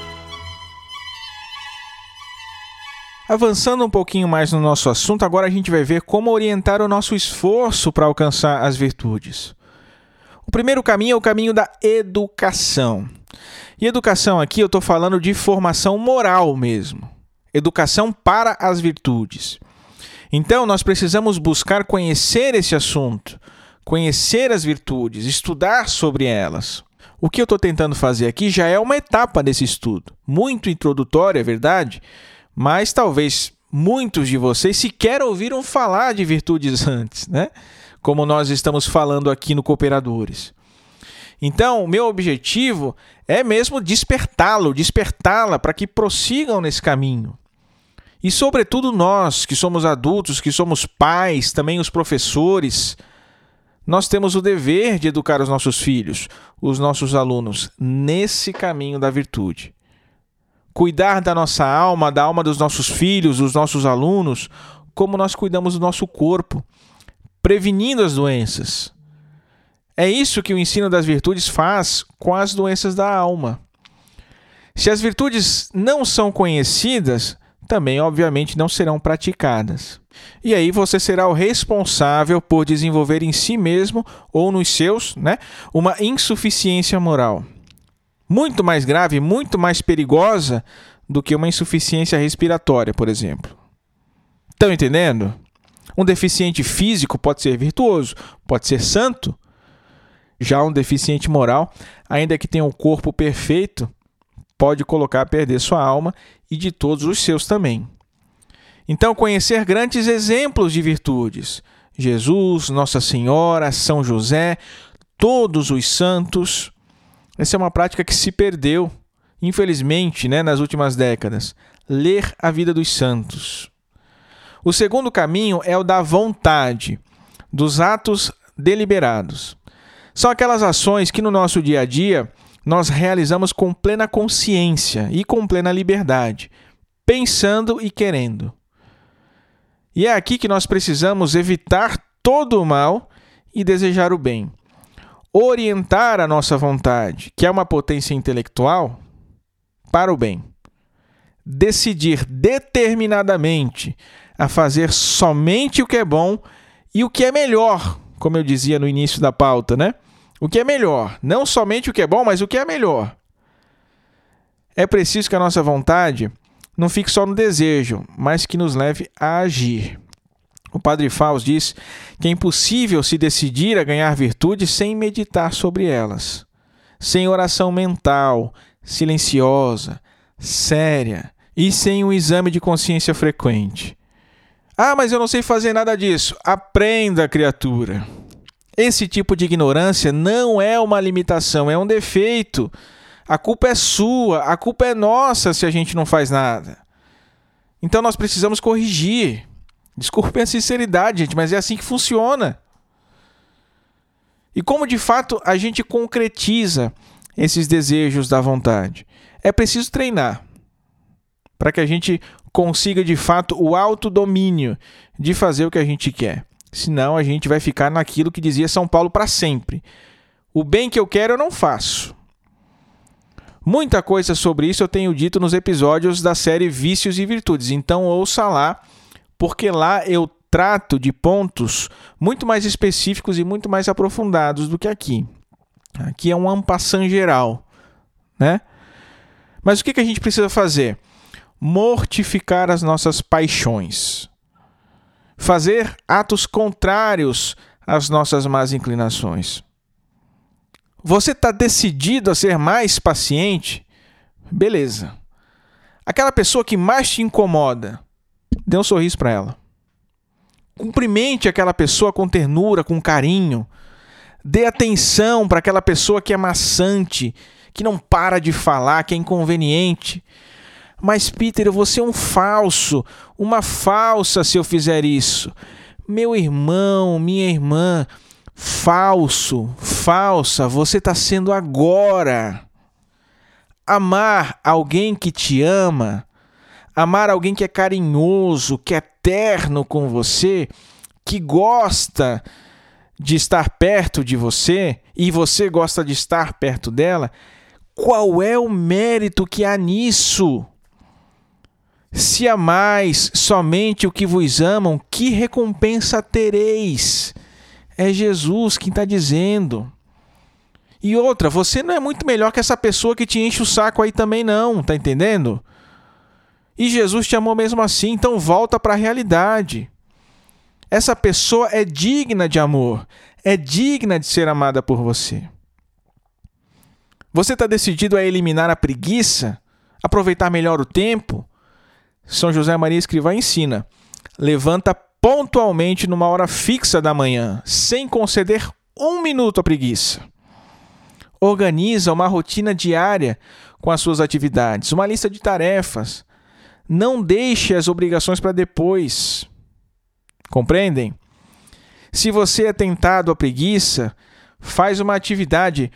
Avançando um pouquinho mais no nosso assunto, agora a gente vai ver como orientar o nosso esforço para alcançar as virtudes. O primeiro caminho é o caminho da educação. E educação aqui eu estou falando de formação moral mesmo. Educação para as virtudes. Então, nós precisamos buscar conhecer esse assunto, conhecer as virtudes, estudar sobre elas. O que eu estou tentando fazer aqui já é uma etapa desse estudo. Muito introdutória, é verdade? Mas talvez muitos de vocês sequer ouviram falar de virtudes antes, Como nós estamos falando aqui no Cooperadores. Então, o meu objetivo é mesmo despertá-la para que prossigam nesse caminho. E, sobretudo, nós, que somos adultos, que somos pais, também os professores, nós temos o dever de educar os nossos filhos, os nossos alunos, nesse caminho da virtude. Cuidar da nossa alma, da alma dos nossos filhos, dos nossos alunos, como nós cuidamos do nosso corpo, prevenindo as doenças. É isso que o ensino das virtudes faz com as doenças da alma. Se as virtudes não são conhecidas, também, obviamente, não serão praticadas. E aí você será o responsável por desenvolver em si mesmo ou nos seus, uma insuficiência moral. Muito mais grave, muito mais perigosa do que uma insuficiência respiratória, por exemplo. Estão entendendo? Um deficiente físico pode ser virtuoso, pode ser santo. Já um deficiente moral, ainda que tenha um corpo perfeito, pode colocar a perder sua alma e de todos os seus também. Então, conhecer grandes exemplos de virtudes. Jesus, Nossa Senhora, São José, todos os santos. Essa é uma prática que se perdeu, infelizmente, nas últimas décadas. Ler a vida dos santos. O segundo caminho é o da vontade, dos atos deliberados. São aquelas ações que no nosso dia a dia nós realizamos com plena consciência e com plena liberdade, pensando e querendo. E é aqui que nós precisamos evitar todo o mal e desejar o bem. Orientar a nossa vontade, que é uma potência intelectual, para o bem. Decidir determinadamente a fazer somente o que é bom e o que é melhor, como eu dizia no início da pauta, O que é melhor, não somente o que é bom, mas o que é melhor. É preciso que a nossa vontade não fique só no desejo, mas que nos leve a agir. O Padre Faust diz que é impossível se decidir a ganhar virtude sem meditar sobre elas, sem oração mental, silenciosa, séria e sem um exame de consciência frequente. Ah, mas eu não sei fazer nada disso. Aprenda, criatura. Esse tipo de ignorância não é uma limitação, é um defeito. A culpa é sua, a culpa é nossa se a gente não faz nada. Então nós precisamos corrigir. Desculpem a sinceridade, gente, mas é assim que funciona. E como de fato a gente concretiza esses desejos da vontade? É preciso treinar para que a gente consiga, de fato, o autodomínio de fazer o que a gente quer. Senão, a gente vai ficar naquilo que dizia São Paulo para sempre. O bem que eu quero, eu não faço. Muita coisa sobre isso eu tenho dito nos episódios da série Vícios e Virtudes. Então, ouça lá, porque lá eu trato de pontos muito mais específicos e muito mais aprofundados do que aqui. Aqui é um en passant geral, né? Mas o que a gente precisa fazer? Mortificar as nossas paixões. Fazer atos contrários às nossas más inclinações. Você está decidido a ser mais paciente? Beleza. Aquela pessoa que mais te incomoda, dê um sorriso para ela. Cumprimente aquela pessoa com ternura, com carinho. Dê atenção para aquela pessoa que é maçante, que não para de falar, que é inconveniente. Mas, Peter, eu vou ser um falso, uma falsa se eu fizer isso. Meu irmão, minha irmã, falso, falsa, você está sendo agora. Amar alguém que te ama, amar alguém que é carinhoso, que é terno com você, que gosta de estar perto de você e você gosta de estar perto dela, qual é o mérito que há nisso? Se amais somente o que vos amam, que recompensa tereis? É Jesus quem está dizendo. E outra, você não é muito melhor que essa pessoa que te enche o saco aí também não, tá entendendo? E Jesus te amou mesmo assim, então volta para a realidade. Essa pessoa é digna de amor, é digna de ser amada por você. Você está decidido a eliminar a preguiça, aproveitar melhor o tempo? São José Maria Escrivá ensina: levanta pontualmente numa hora fixa da manhã, sem conceder 1 minuto à preguiça. Organiza uma rotina diária com as suas atividades, uma lista de tarefas. Não deixe as obrigações para depois. Compreendem? Se você é tentado à preguiça, faz uma atividade,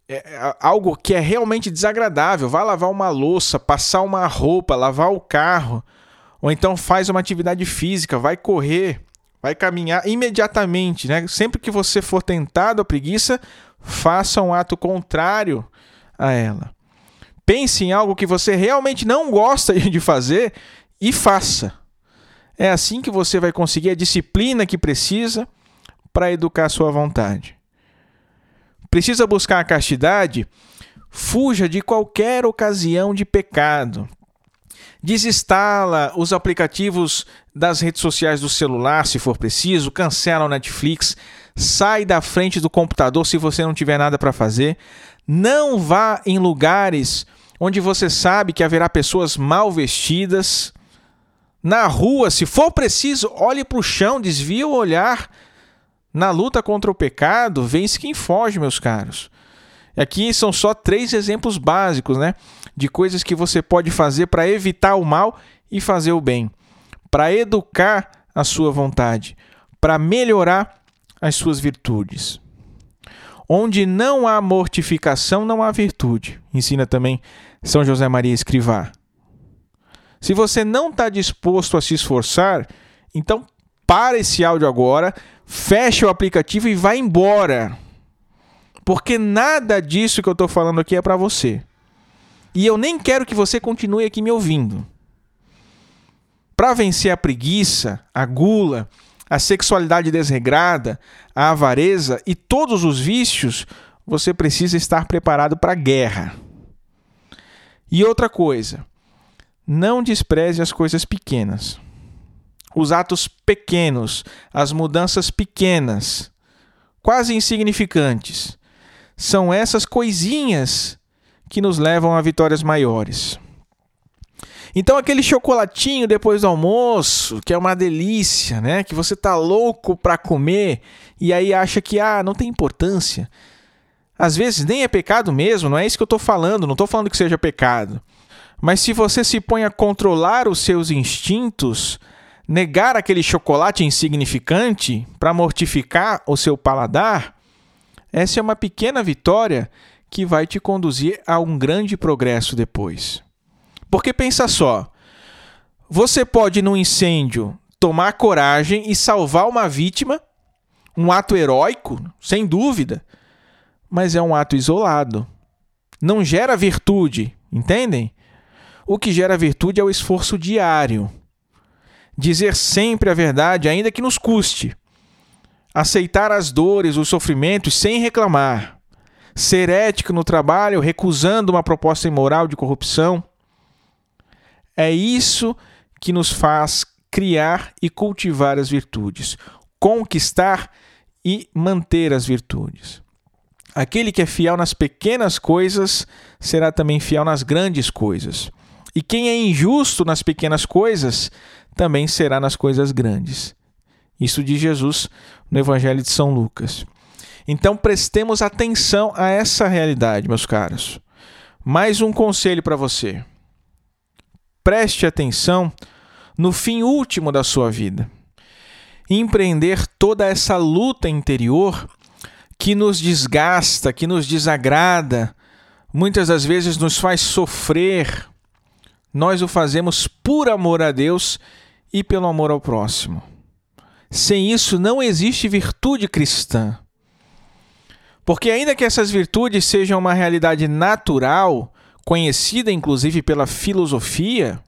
algo que é realmente desagradável. Vai lavar uma louça, passar uma roupa, lavar o carro. Ou então faz uma atividade física, vai correr, vai caminhar imediatamente, né? Sempre que você for tentado à preguiça, faça um ato contrário a ela. Pense em algo que você realmente não gosta de fazer e faça. É assim que você vai conseguir a disciplina que precisa para educar a sua vontade. Precisa buscar a castidade? Fuja de qualquer ocasião de pecado. Desinstala os aplicativos das redes sociais do celular, se for preciso, cancela o Netflix, sai da frente do computador se você não tiver nada para fazer. Não vá em lugares onde você sabe que haverá pessoas mal vestidas. Na rua, se for preciso, olhe para o chão, desvie o olhar. Na luta contra o pecado, vence quem foge, meus caros. Aqui são só 3 exemplos básicos, né, de coisas que você pode fazer para evitar o mal e fazer o bem, para educar a sua vontade, para melhorar as suas virtudes. Onde não há mortificação, não há virtude, ensina também São José Maria Escrivá. Se você não está disposto a se esforçar, então para esse áudio agora, fecha o aplicativo e vai embora. Porque nada disso que eu estou falando aqui é para você. E eu nem quero que você continue aqui me ouvindo. Para vencer a preguiça, a gula, a sexualidade desregrada, a avareza e todos os vícios, você precisa estar preparado para a guerra. E outra coisa, não despreze as coisas pequenas. Os atos pequenos, as mudanças pequenas, quase insignificantes. São essas coisinhas que nos levam a vitórias maiores. Então aquele chocolatinho depois do almoço, que é uma delícia, né? Que você tá louco para comer e aí acha que não tem importância. Às vezes nem é pecado mesmo, não é isso que eu estou falando, não estou falando que seja pecado. Mas se você se põe a controlar os seus instintos, negar aquele chocolate insignificante para mortificar o seu paladar, essa é uma pequena vitória que vai te conduzir a um grande progresso depois. Porque pensa só, você pode num incêndio tomar coragem e salvar uma vítima, um ato heróico, sem dúvida, mas é um ato isolado. Não gera virtude, entendem? O que gera virtude é o esforço diário. Dizer sempre a verdade, ainda que nos custe. Aceitar as dores, os sofrimentos sem reclamar. Ser ético no trabalho, recusando uma proposta imoral de corrupção. É isso que nos faz criar e cultivar as virtudes. Conquistar e manter as virtudes. Aquele que é fiel nas pequenas coisas será também fiel nas grandes coisas. E quem é injusto nas pequenas coisas também será nas coisas grandes. Isso diz Jesus no Evangelho de São Lucas. Então prestemos atenção a essa realidade, meus caros. Mais um conselho para você. Preste atenção no fim último da sua vida. Empreender toda essa luta interior que nos desgasta, que nos desagrada, muitas das vezes nos faz sofrer. Nós o fazemos por amor a Deus e pelo amor ao próximo. Sem isso não existe virtude cristã. Porque ainda que essas virtudes sejam uma realidade natural, conhecida inclusive pela filosofia,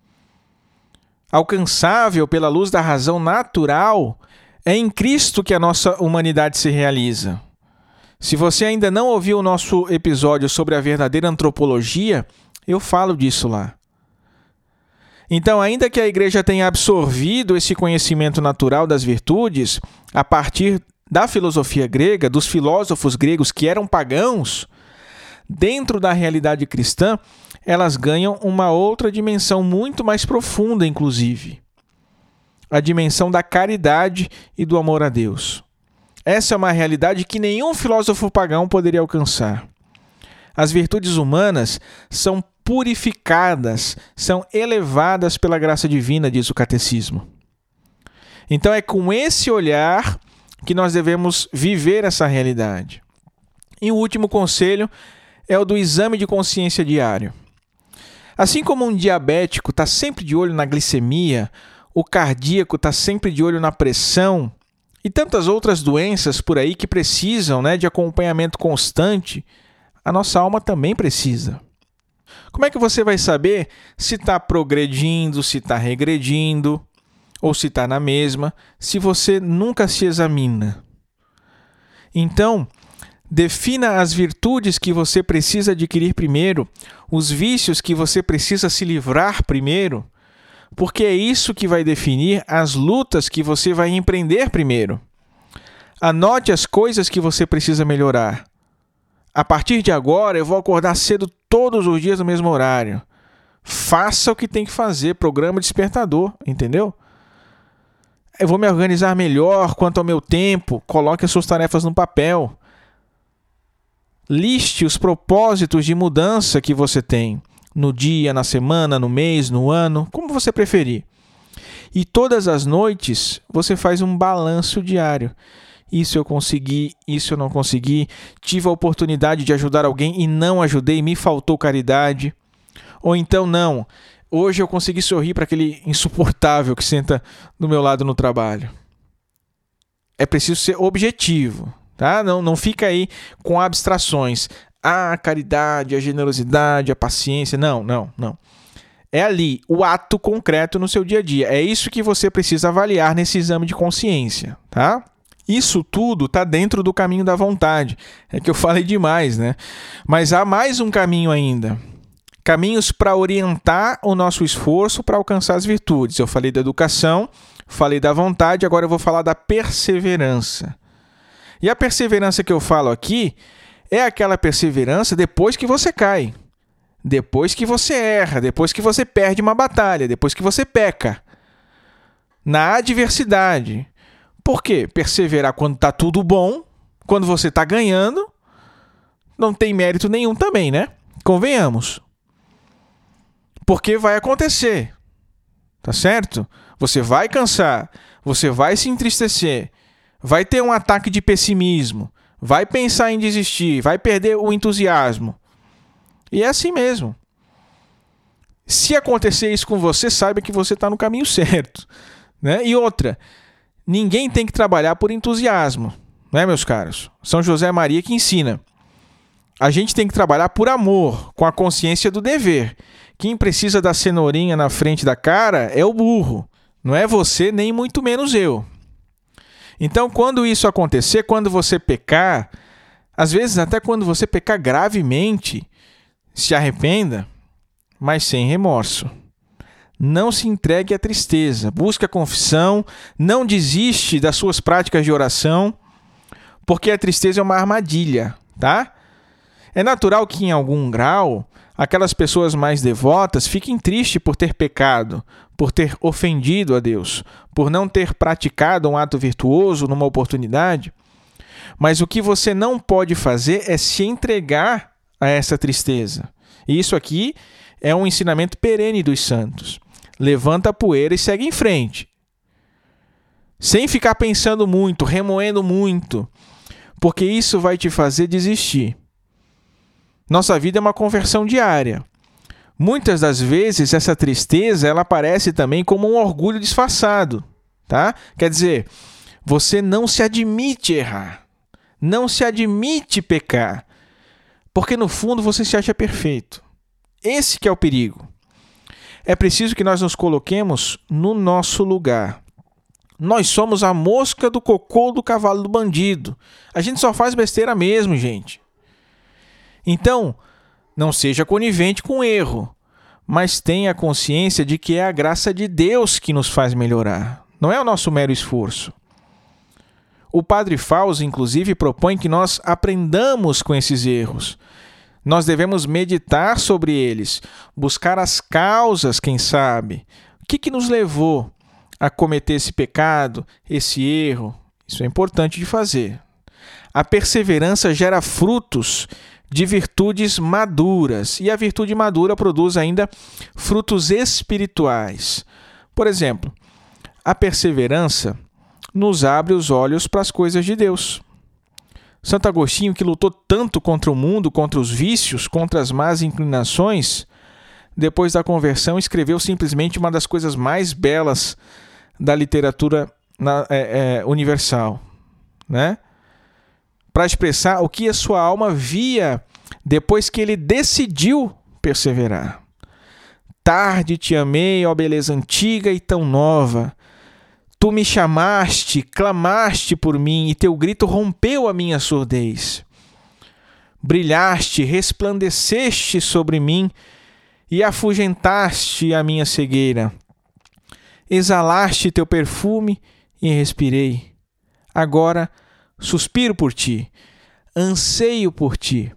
alcançável pela luz da razão natural, é em Cristo que a nossa humanidade se realiza. Se você ainda não ouviu o nosso episódio sobre a verdadeira antropologia, eu falo disso lá. Então, ainda que a igreja tenha absorvido esse conhecimento natural das virtudes, a partir da filosofia grega, dos filósofos gregos que eram pagãos, dentro da realidade cristã, elas ganham uma outra dimensão muito mais profunda, inclusive. A dimensão da caridade e do amor a Deus. Essa é uma realidade que nenhum filósofo pagão poderia alcançar. As virtudes humanas são purificadas, são elevadas pela graça divina, diz o catecismo. Então é com esse olhar que nós devemos viver essa realidade. E o último conselho é o do exame de consciência diário. Assim como um diabético está sempre de olho na glicemia, o cardíaco está sempre de olho na pressão e tantas outras doenças por aí que precisam, de acompanhamento constante, a nossa alma também precisa. Como é que você vai saber se está progredindo, se está regredindo, ou se está na mesma, se você nunca se examina? Então, defina as virtudes que você precisa adquirir primeiro, os vícios que você precisa se livrar primeiro, porque é isso que vai definir as lutas que você vai empreender primeiro. Anote as coisas que você precisa melhorar. A partir de agora, eu vou acordar cedo todos os dias no mesmo horário. Faça o que tem que fazer, programa despertador, entendeu? Eu vou me organizar melhor quanto ao meu tempo, coloque as suas tarefas no papel. Liste os propósitos de mudança que você tem, no dia, na semana, no mês, no ano, como você preferir. E todas as noites, você faz um balanço diário. Isso eu consegui, isso eu não consegui, tive a oportunidade de ajudar alguém e não ajudei, me faltou caridade. Ou então não, hoje eu consegui sorrir para aquele insuportável que senta do meu lado no trabalho. É preciso ser objetivo, tá? Não fica aí com abstrações. A caridade, a generosidade, a paciência, não. É ali, o ato concreto no seu dia a dia. É isso que você precisa avaliar nesse exame de consciência, tá? Isso tudo está dentro do caminho da vontade. É que eu falei demais, né? Mas há mais um caminho ainda. Caminhos para orientar o nosso esforço para alcançar as virtudes. Eu falei da educação, falei da vontade, agora eu vou falar da perseverança. E a perseverança que eu falo aqui é aquela perseverança depois que você cai. Depois que você erra, depois que você perde uma batalha, depois que você peca. Na adversidade. Por quê? Perseverar quando está tudo bom, quando você está ganhando, não tem mérito nenhum também, né? Convenhamos. Porque vai acontecer, tá certo? Você vai cansar, você vai se entristecer, vai ter um ataque de pessimismo, vai pensar em desistir, vai perder o entusiasmo. E é assim mesmo. Se acontecer isso com você, saiba que você está no caminho certo, né? E outra, ninguém tem que trabalhar por entusiasmo, né, meus caros? São José Maria que ensina. A gente tem que trabalhar por amor, com a consciência do dever. Quem precisa da cenourinha na frente da cara é o burro. Não é você, nem muito menos eu. Então, quando isso acontecer, quando você pecar, às vezes até quando você pecar gravemente, se arrependa, mas sem remorso. Não se entregue à tristeza, busque a confissão, não desiste das suas práticas de oração, porque a tristeza é uma armadilha, tá? É natural que, em algum grau, aquelas pessoas mais devotas fiquem tristes por ter pecado, por ter ofendido a Deus, por não ter praticado um ato virtuoso numa oportunidade. Mas o que você não pode fazer é se entregar a essa tristeza. E isso aqui é um ensinamento perene dos santos. Levanta a poeira e segue em frente. Sem ficar pensando muito, remoendo muito, porque isso vai te fazer desistir. Nossa vida é uma conversão diária. Muitas das vezes essa tristeza ela aparece também como um orgulho disfarçado, tá? Quer dizer, você não se admite errar, não se admite pecar, porque no fundo você se acha perfeito. Esse que é o perigo. É preciso que nós nos coloquemos no nosso lugar. Nós somos a mosca do cocô do cavalo do bandido. A gente só faz besteira mesmo, gente. Então, não seja conivente com o erro, mas tenha consciência de que é a graça de Deus que nos faz melhorar. Não é o nosso mero esforço. O Padre Fausto, inclusive, propõe que nós aprendamos com esses erros. Nós devemos meditar sobre eles, buscar as causas, quem sabe. O que nos levou a cometer esse pecado, esse erro? Isso é importante de fazer. A perseverança gera frutos de virtudes maduras, e a virtude madura produz ainda frutos espirituais. Por exemplo, a perseverança nos abre os olhos para as coisas de Deus. Santo Agostinho, que lutou tanto contra o mundo, contra os vícios, contra as más inclinações, depois da conversão escreveu simplesmente uma das coisas mais belas da literatura universal, né? Para expressar o que a sua alma via depois que ele decidiu perseverar. Tarde te amei, ó beleza antiga e tão nova. Tu me chamaste, clamaste por mim, e teu grito rompeu a minha surdez. Brilhaste, resplandeceste sobre mim, e afugentaste a minha cegueira. Exalaste teu perfume e respirei. Agora suspiro por ti, anseio por ti.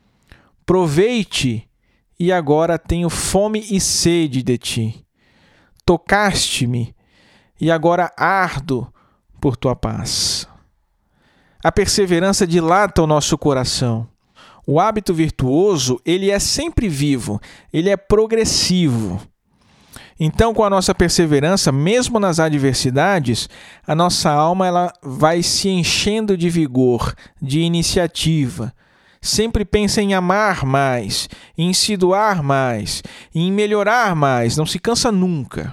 Provei-te, e agora tenho fome e sede de ti. Tocaste-me, e agora ardo por tua paz. A perseverança dilata o nosso coração. O hábito virtuoso, ele é sempre vivo, ele é progressivo. Então, com a nossa perseverança, mesmo nas adversidades, a nossa alma ela vai se enchendo de vigor, de iniciativa. Sempre pensa em amar mais, em se doar mais, em melhorar mais, não se cansa nunca.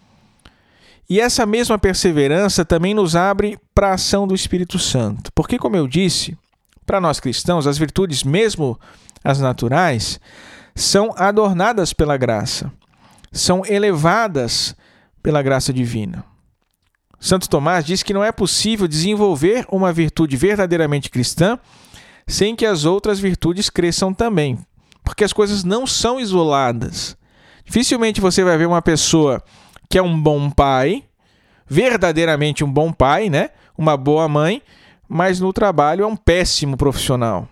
E essa mesma perseverança também nos abre para a ação do Espírito Santo. Porque, como eu disse, para nós cristãos, as virtudes, mesmo as naturais, são adornadas pela graça, são elevadas pela graça divina. Santo Tomás diz que não é possível desenvolver uma virtude verdadeiramente cristã sem que as outras virtudes cresçam também, porque as coisas não são isoladas. Dificilmente você vai ver uma pessoa que é um bom pai, verdadeiramente um bom pai, né? Uma boa mãe, mas no trabalho é um péssimo profissional.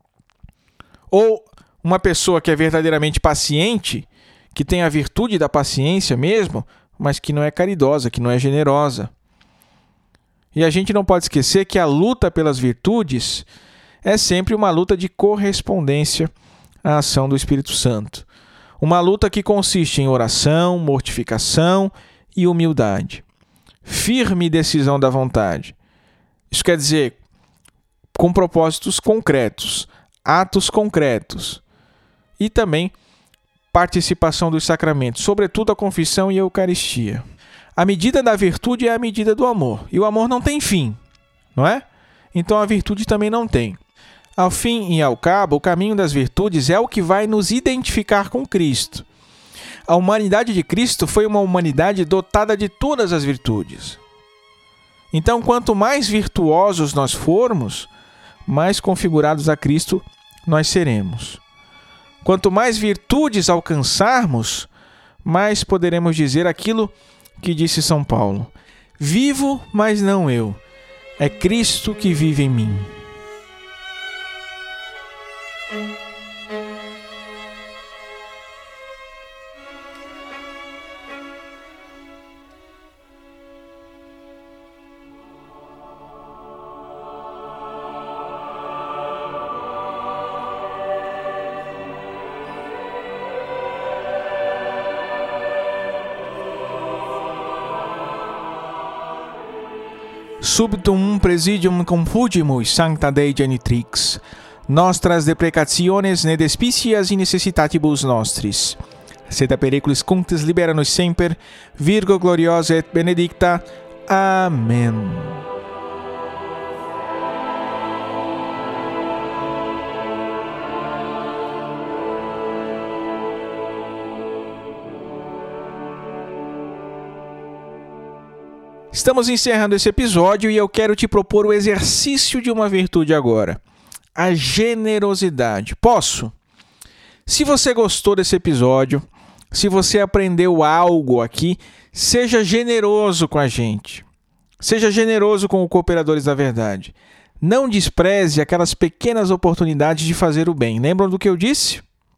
Ou uma pessoa que é verdadeiramente paciente, que tem a virtude da paciência mesmo, mas que não é caridosa, que não é generosa. E a gente não pode esquecer que a luta pelas virtudes é sempre uma luta de correspondência à ação do Espírito Santo. Uma luta que consiste em oração, mortificação e humildade. Firme decisão da vontade. Isso quer dizer, com propósitos concretos, atos concretos e também participação dos sacramentos, sobretudo a confissão e a Eucaristia. A medida da virtude é a medida do amor, e o amor não tem fim, não é? Então a virtude também não tem. Ao fim e ao cabo, o caminho das virtudes é o que vai nos identificar com Cristo. A humanidade de Cristo foi uma humanidade dotada de todas as virtudes. Então, quanto mais virtuosos nós formos, mais configurados a Cristo nós seremos. Quanto mais virtudes alcançarmos, mais poderemos dizer aquilo que disse São Paulo: vivo, mas não eu, é Cristo que vive em mim. Subtum presidium confugimus sancta Dei genitrix, nostras deprecationes ne despicias in necessitatibus nostris. Sed periculis cunctis libera nos semper, Virgo gloriosa et benedicta. Amém. Estamos encerrando esse episódio e eu quero te propor o exercício de uma virtude agora. A generosidade. Posso? Se você gostou desse episódio, se você aprendeu algo aqui, seja generoso com a gente. Seja generoso com o Cooperadores da Verdade. Não despreze aquelas pequenas oportunidades de fazer o bem. Lembram do que eu disse?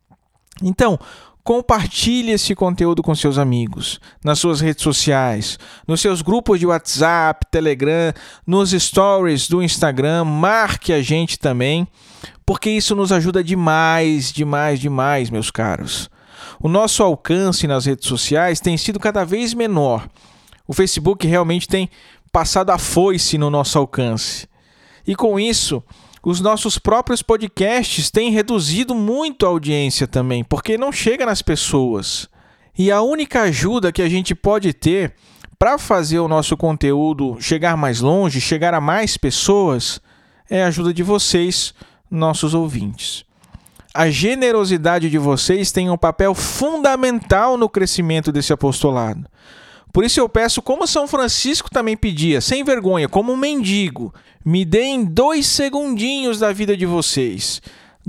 Então, compartilhe esse conteúdo com seus amigos, nas suas redes sociais, nos seus grupos de WhatsApp, Telegram, nos stories do Instagram, marque a gente também, porque isso nos ajuda demais, meus caros. O nosso alcance nas redes sociais tem sido cada vez menor. O Facebook realmente tem passado a foice no nosso alcance. E com isso, os nossos próprios podcasts têm reduzido muito a audiência também, porque não chega nas pessoas. E a única ajuda que a gente pode ter para fazer o nosso conteúdo chegar mais longe, chegar a mais pessoas, é a ajuda de vocês, nossos ouvintes. A generosidade de vocês tem um papel fundamental no crescimento desse apostolado. Por isso eu peço, como São Francisco também pedia, sem vergonha, como um mendigo, me deem 2 segundinhos da vida de vocês.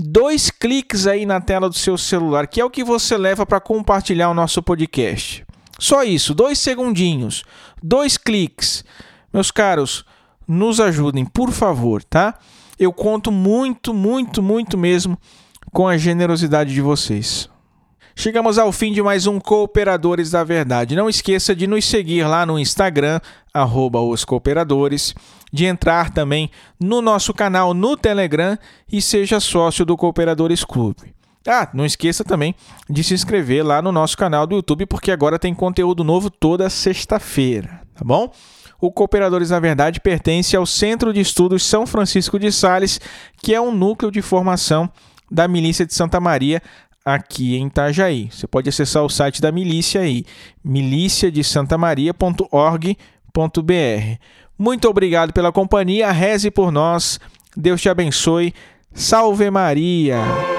2 cliques aí na tela do seu celular, que é o que você leva para compartilhar o nosso podcast. Só isso, 2 segundinhos, 2 cliques. Meus caros, nos ajudem, por favor, tá? Eu conto muito mesmo com a generosidade de vocês. Chegamos ao fim de mais um Cooperadores da Verdade. Não esqueça de nos seguir lá no Instagram, @oscooperadores, de entrar também no nosso canal no Telegram e seja sócio do Cooperadores Clube. Não esqueça também de se inscrever lá no nosso canal do YouTube, porque agora tem conteúdo novo toda sexta-feira, tá bom? O Cooperadores da Verdade pertence ao Centro de Estudos São Francisco de Sales, que é um núcleo de formação da Milícia de Santa Maria, aqui em Itajaí. Você pode acessar o site da milícia aí, miliciadesantamaria.org.br. Muito obrigado pela companhia, reze por nós, Deus te abençoe, salve Maria!